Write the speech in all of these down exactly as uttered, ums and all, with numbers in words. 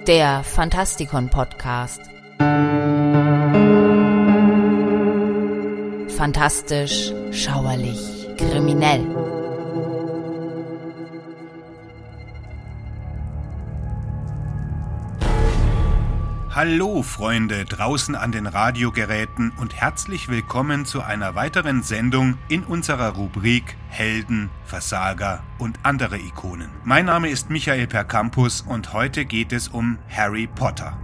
Der Fantastikon-Podcast. Fantastisch, schauerlich, kriminell. Hallo Freunde draußen an den Radiogeräten und herzlich willkommen zu einer weiteren Sendung in unserer Rubrik Helden, Versager und andere Ikonen. Mein Name ist Michael Percampus und heute geht es um Harry Potter.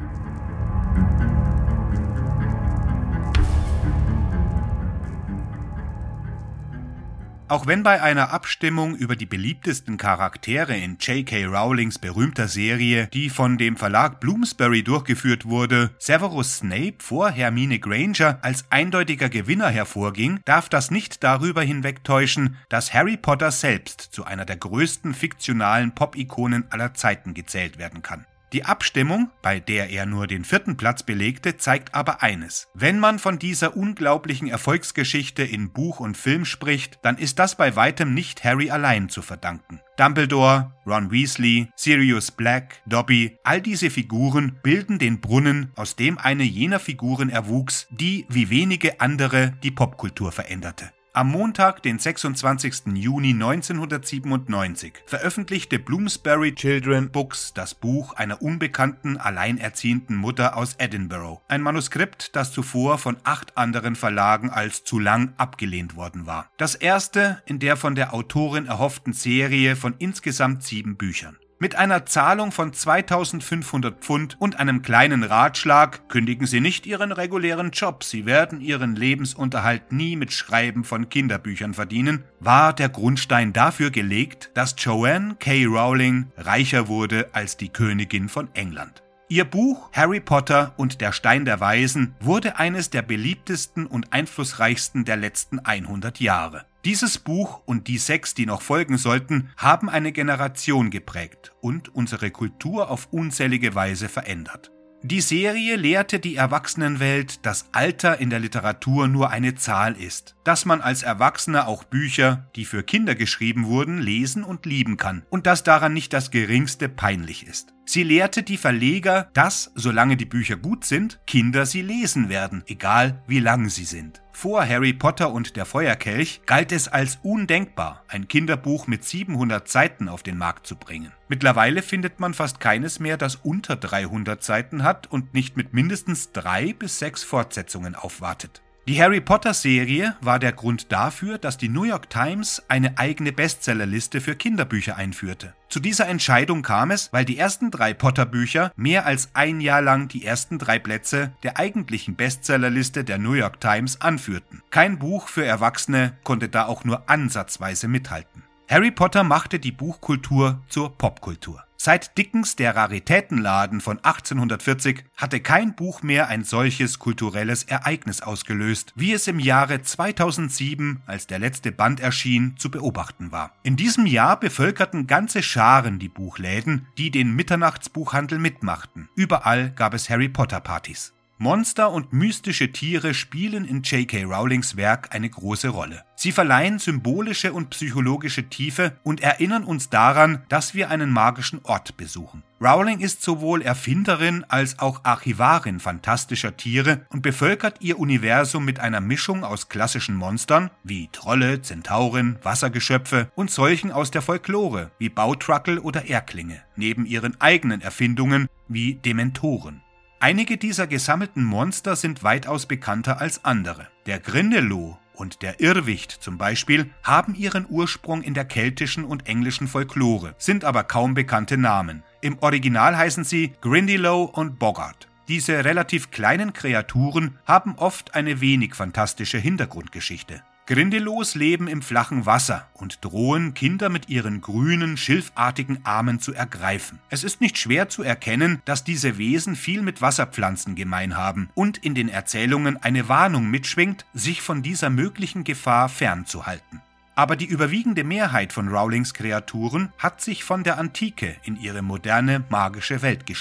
Auch wenn bei einer Abstimmung über die beliebtesten Charaktere in J K. Rowlings berühmter Serie, die von dem Verlag Bloomsbury durchgeführt wurde, Severus Snape vor Hermine Granger als eindeutiger Gewinner hervorging, darf das nicht darüber hinwegtäuschen, dass Harry Potter selbst zu einer der größten fiktionalen Pop-Ikonen aller Zeiten gezählt werden kann. Die Abstimmung, bei der er nur den vierten Platz belegte, zeigt aber eines. Wenn man von dieser unglaublichen Erfolgsgeschichte in Buch und Film spricht, dann ist das bei weitem nicht Harry allein zu verdanken. Dumbledore, Ron Weasley, Sirius Black, Dobby, all diese Figuren bilden den Brunnen, aus dem eine jener Figuren erwuchs, die wie wenige andere die Popkultur veränderte. Am Montag, den sechsundzwanzigsten Juni neunzehnhundertsiebenundneunzig, veröffentlichte Bloomsbury Children Books das Buch einer unbekannten, alleinerziehenden Mutter aus Edinburgh. Ein Manuskript, das zuvor von acht anderen Verlagen als zu lang abgelehnt worden war. Das erste in der von der Autorin erhofften Serie von insgesamt sieben Büchern. Mit einer Zahlung von zweitausendfünfhundert Pfund und einem kleinen Ratschlag kündigen Sie nicht Ihren regulären Job, Sie werden Ihren Lebensunterhalt nie mit Schreiben von Kinderbüchern verdienen, war der Grundstein dafür gelegt, dass Joanne K. Rowling reicher wurde als die Königin von England. Ihr Buch Harry Potter und der Stein der Weisen wurde eines der beliebtesten und einflussreichsten der letzten hundert Jahre. Dieses Buch und die sechs, die noch folgen sollten, haben eine Generation geprägt und unsere Kultur auf unzählige Weise verändert. Die Serie lehrte die Erwachsenenwelt, dass Alter in der Literatur nur eine Zahl ist, dass man als Erwachsener auch Bücher, die für Kinder geschrieben wurden, lesen und lieben kann und dass daran nicht das Geringste peinlich ist. Sie lehrte die Verleger, dass, solange die Bücher gut sind, Kinder sie lesen werden, egal wie lang sie sind. Vor Harry Potter und der Feuerkelch galt es als undenkbar, ein Kinderbuch mit siebenhundert Seiten auf den Markt zu bringen. Mittlerweile findet man fast keines mehr, das unter dreihundert Seiten hat und nicht mit mindestens drei bis sechs Fortsetzungen aufwartet. Die Harry Potter-Serie war der Grund dafür, dass die New York Times eine eigene Bestsellerliste für Kinderbücher einführte. Zu dieser Entscheidung kam es, weil die ersten drei Potter-Bücher mehr als ein Jahr lang die ersten drei Plätze der eigentlichen Bestsellerliste der New York Times anführten. Kein Buch für Erwachsene konnte da auch nur ansatzweise mithalten. Harry Potter machte die Buchkultur zur Popkultur. Seit Dickens Der Raritätenladen von achtzehnhundertvierzig hatte kein Buch mehr ein solches kulturelles Ereignis ausgelöst, wie es im Jahre zweitausendsieben, als der letzte Band erschien, zu beobachten war. In diesem Jahr bevölkerten ganze Scharen die Buchläden, die den Mitternachtsbuchhandel mitmachten. Überall gab es Harry Potter Partys. Monster und mystische Tiere spielen in J K. Rowlings Werk eine große Rolle. Sie verleihen symbolische und psychologische Tiefe und erinnern uns daran, dass wir einen magischen Ort besuchen. Rowling ist sowohl Erfinderin als auch Archivarin fantastischer Tiere und bevölkert ihr Universum mit einer Mischung aus klassischen Monstern wie Trolle, Zentauren, Wassergeschöpfe und solchen aus der Folklore wie Bautrackel oder Erklinge, neben ihren eigenen Erfindungen wie Dementoren. Einige dieser gesammelten Monster sind weitaus bekannter als andere. Der Grindelow und der Irrwicht zum Beispiel haben ihren Ursprung in der keltischen und englischen Folklore, sind aber kaum bekannte Namen. Im Original heißen sie Grindylow und Boggart. Diese relativ kleinen Kreaturen haben oft eine wenig fantastische Hintergrundgeschichte. Grindelows leben im flachen Wasser und drohen, Kinder mit ihren grünen, schilfartigen Armen zu ergreifen. Es ist nicht schwer zu erkennen, dass diese Wesen viel mit Wasserpflanzen gemein haben und in den Erzählungen eine Warnung mitschwingt, sich von dieser möglichen Gefahr fernzuhalten. Aber die überwiegende Mehrheit von Rowlings Kreaturen hat sich von der Antike in ihre moderne, magische Welt geschlichen.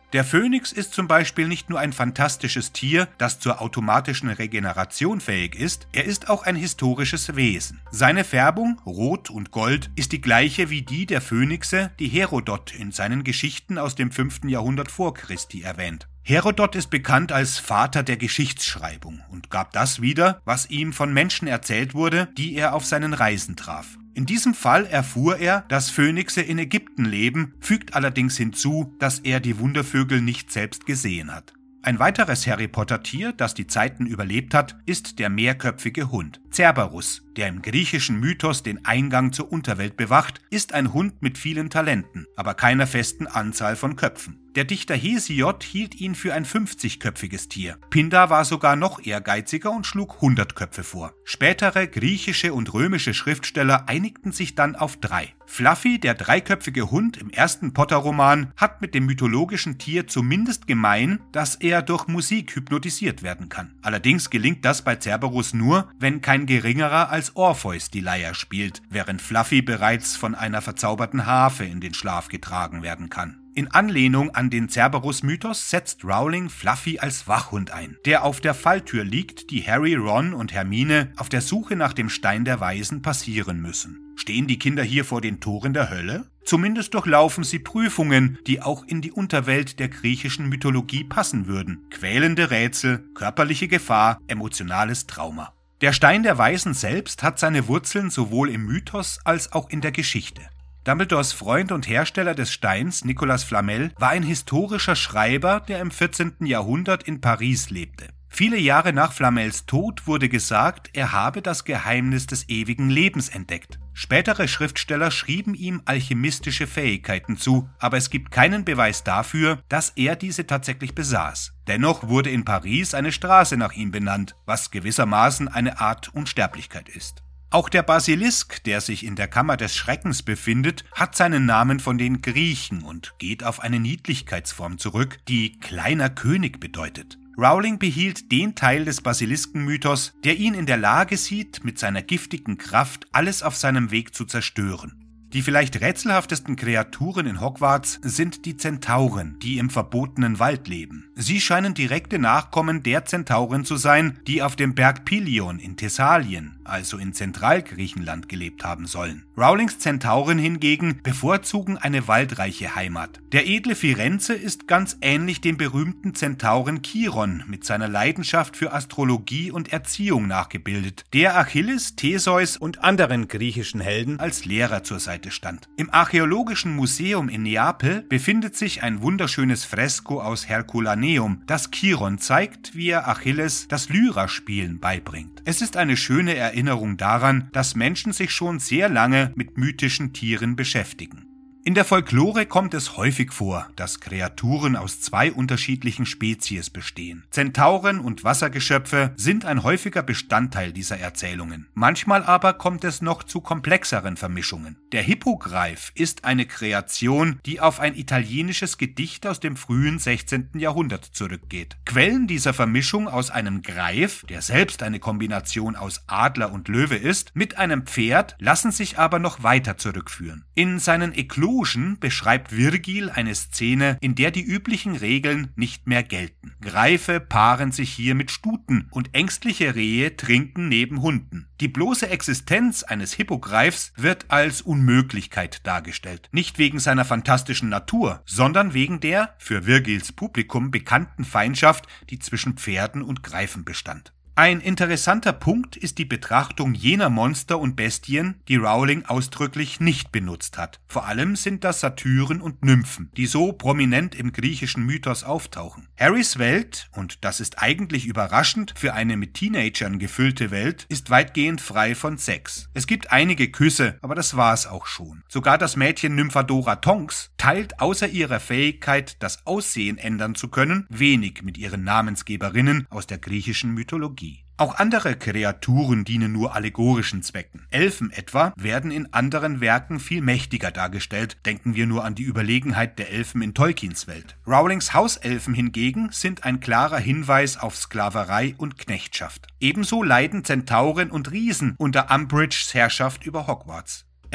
Der Phönix ist zum Beispiel nicht nur ein fantastisches Tier, das zur automatischen Regeneration fähig ist, er ist auch ein historisches Wesen. Seine Färbung, rot und gold, ist die gleiche wie die der Phönixe, die Herodot in seinen Geschichten aus dem fünften Jahrhundert vor Christi erwähnt. Herodot ist bekannt als Vater der Geschichtsschreibung und gab das wieder, was ihm von Menschen erzählt wurde, die er auf seinen Reisen traf. In diesem Fall erfuhr er, dass Phönixe in Ägypten leben, fügt allerdings hinzu, dass er die Wundervögel nicht selbst gesehen hat. Ein weiteres Harry-Potter-Tier, das die Zeiten überlebt hat, ist der mehrköpfige Hund. Cerberus, der im griechischen Mythos den Eingang zur Unterwelt bewacht, ist ein Hund mit vielen Talenten, aber keiner festen Anzahl von Köpfen. Der Dichter Hesiod hielt ihn für ein fünfzigköpfiges Tier. Pindar war sogar noch ehrgeiziger und schlug hundert Köpfe vor. Spätere griechische und römische Schriftsteller einigten sich dann auf drei. Fluffy, der dreiköpfige Hund im ersten Potter-Roman, hat mit dem mythologischen Tier zumindest gemein, dass er durch Musik hypnotisiert werden kann. Allerdings gelingt das bei Cerberus nur, wenn kein geringerer als Orpheus die Leier spielt, während Fluffy bereits von einer verzauberten Harfe in den Schlaf getragen werden kann. In Anlehnung an den Cerberus-Mythos setzt Rowling Fluffy als Wachhund ein, der auf der Falltür liegt, die Harry, Ron und Hermine auf der Suche nach dem Stein der Weisen passieren müssen. Stehen die Kinder hier vor den Toren der Hölle? Zumindest durchlaufen sie Prüfungen, die auch in die Unterwelt der griechischen Mythologie passen würden. Quälende Rätsel, körperliche Gefahr, emotionales Trauma. Der Stein der Weisen selbst hat seine Wurzeln sowohl im Mythos als auch in der Geschichte. Dumbledores Freund und Hersteller des Steins, Nicolas Flamel, war ein historischer Schreiber, der im vierzehnten Jahrhundert in Paris lebte. Viele Jahre nach Flamels Tod wurde gesagt, er habe das Geheimnis des ewigen Lebens entdeckt. Spätere Schriftsteller schrieben ihm alchemistische Fähigkeiten zu, aber es gibt keinen Beweis dafür, dass er diese tatsächlich besaß. Dennoch wurde in Paris eine Straße nach ihm benannt, was gewissermaßen eine Art Unsterblichkeit ist. Auch der Basilisk, der sich in der Kammer des Schreckens befindet, hat seinen Namen von den Griechen und geht auf eine Niedlichkeitsform zurück, die kleiner König bedeutet. Rowling behielt den Teil des Basilisken-Mythos, der ihn in der Lage sieht, mit seiner giftigen Kraft alles auf seinem Weg zu zerstören. Die vielleicht rätselhaftesten Kreaturen in Hogwarts sind die Zentauren, die im verbotenen Wald leben. Sie scheinen direkte Nachkommen der Zentauren zu sein, die auf dem Berg Pelion in Thessalien, also in Zentralgriechenland, gelebt haben sollen. Rowlings Zentauren hingegen bevorzugen eine waldreiche Heimat. Der edle Firenze ist ganz ähnlich dem berühmten Zentauren Chiron mit seiner Leidenschaft für Astrologie und Erziehung nachgebildet, der Achilles, Theseus und anderen griechischen Helden als Lehrer zur Seite stand. Im Archäologischen Museum in Neapel befindet sich ein wunderschönes Fresko aus Herculaneum, das Chiron zeigt, wie er Achilles das Lyraspielen beibringt. Es ist eine schöne Erinnerung daran, dass Menschen sich schon sehr lange mit mythischen Tieren beschäftigen. In der Folklore kommt es häufig vor, dass Kreaturen aus zwei unterschiedlichen Spezies bestehen. Zentauren und Wassergeschöpfe sind ein häufiger Bestandteil dieser Erzählungen. Manchmal aber kommt es noch zu komplexeren Vermischungen. Der Hippogreif ist eine Kreation, die auf ein italienisches Gedicht aus dem frühen sechzehnten Jahrhundert zurückgeht. Quellen dieser Vermischung aus einem Greif, der selbst eine Kombination aus Adler und Löwe ist, mit einem Pferd lassen sich aber noch weiter zurückführen. In seinen Eklogen beschreibt Virgil eine Szene, in der die üblichen Regeln nicht mehr gelten. Greife paaren sich hier mit Stuten und ängstliche Rehe trinken neben Hunden. Die bloße Existenz eines Hippogreifs wird als Unmöglichkeit dargestellt. Nicht wegen seiner fantastischen Natur, sondern wegen der, für Virgils Publikum bekannten Feindschaft, die zwischen Pferden und Greifen bestand. Ein interessanter Punkt ist die Betrachtung jener Monster und Bestien, die Rowling ausdrücklich nicht benutzt hat. Vor allem sind das Satyren und Nymphen, die so prominent im griechischen Mythos auftauchen. Harrys Welt, und das ist eigentlich überraschend für eine mit Teenagern gefüllte Welt, ist weitgehend frei von Sex. Es gibt einige Küsse, aber das war's auch schon. Sogar das Mädchen Nymphadora Tonks teilt außer ihrer Fähigkeit, das Aussehen ändern zu können, wenig mit ihren Namensgeberinnen aus der griechischen Mythologie. Auch andere Kreaturen dienen nur allegorischen Zwecken. Elfen etwa werden in anderen Werken viel mächtiger dargestellt, denken wir nur an die Überlegenheit der Elfen in Tolkiens Welt. Rowlings Hauselfen hingegen sind ein klarer Hinweis auf Sklaverei und Knechtschaft. Ebenso leiden Zentauren und Riesen unter Umbridges Herrschaft über Hogwarts.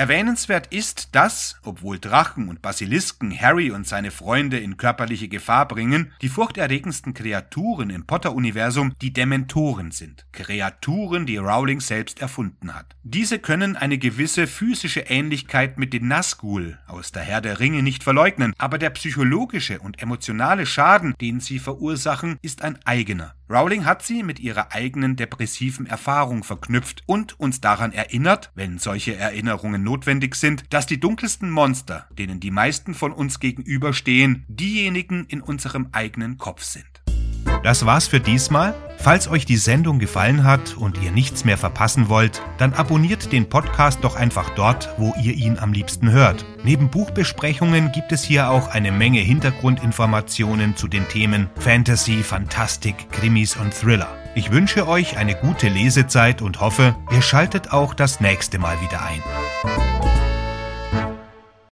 Erwähnenswert ist, dass, obwohl Drachen und Basilisken Harry und seine Freunde in körperliche Gefahr bringen, die furchterregendsten Kreaturen im Potter-Universum die Dementoren sind. Kreaturen, die Rowling selbst erfunden hat. Diese können eine gewisse physische Ähnlichkeit mit den Nazgul aus der Herr der Ringe nicht verleugnen, aber der psychologische und emotionale Schaden, den sie verursachen, ist ein eigener. Rowling hat sie mit ihrer eigenen depressiven Erfahrung verknüpft und uns daran erinnert, wenn solche Erinnerungen notwendig sind, dass die dunkelsten Monster, denen die meisten von uns gegenüberstehen, diejenigen in unserem eigenen Kopf sind. Das war's für diesmal. Falls euch die Sendung gefallen hat und ihr nichts mehr verpassen wollt, dann abonniert den Podcast doch einfach dort, wo ihr ihn am liebsten hört. Neben Buchbesprechungen gibt es hier auch eine Menge Hintergrundinformationen zu den Themen Fantasy, Fantastik, Krimis und Thriller. Ich wünsche euch eine gute Lesezeit und hoffe, ihr schaltet auch das nächste Mal wieder ein.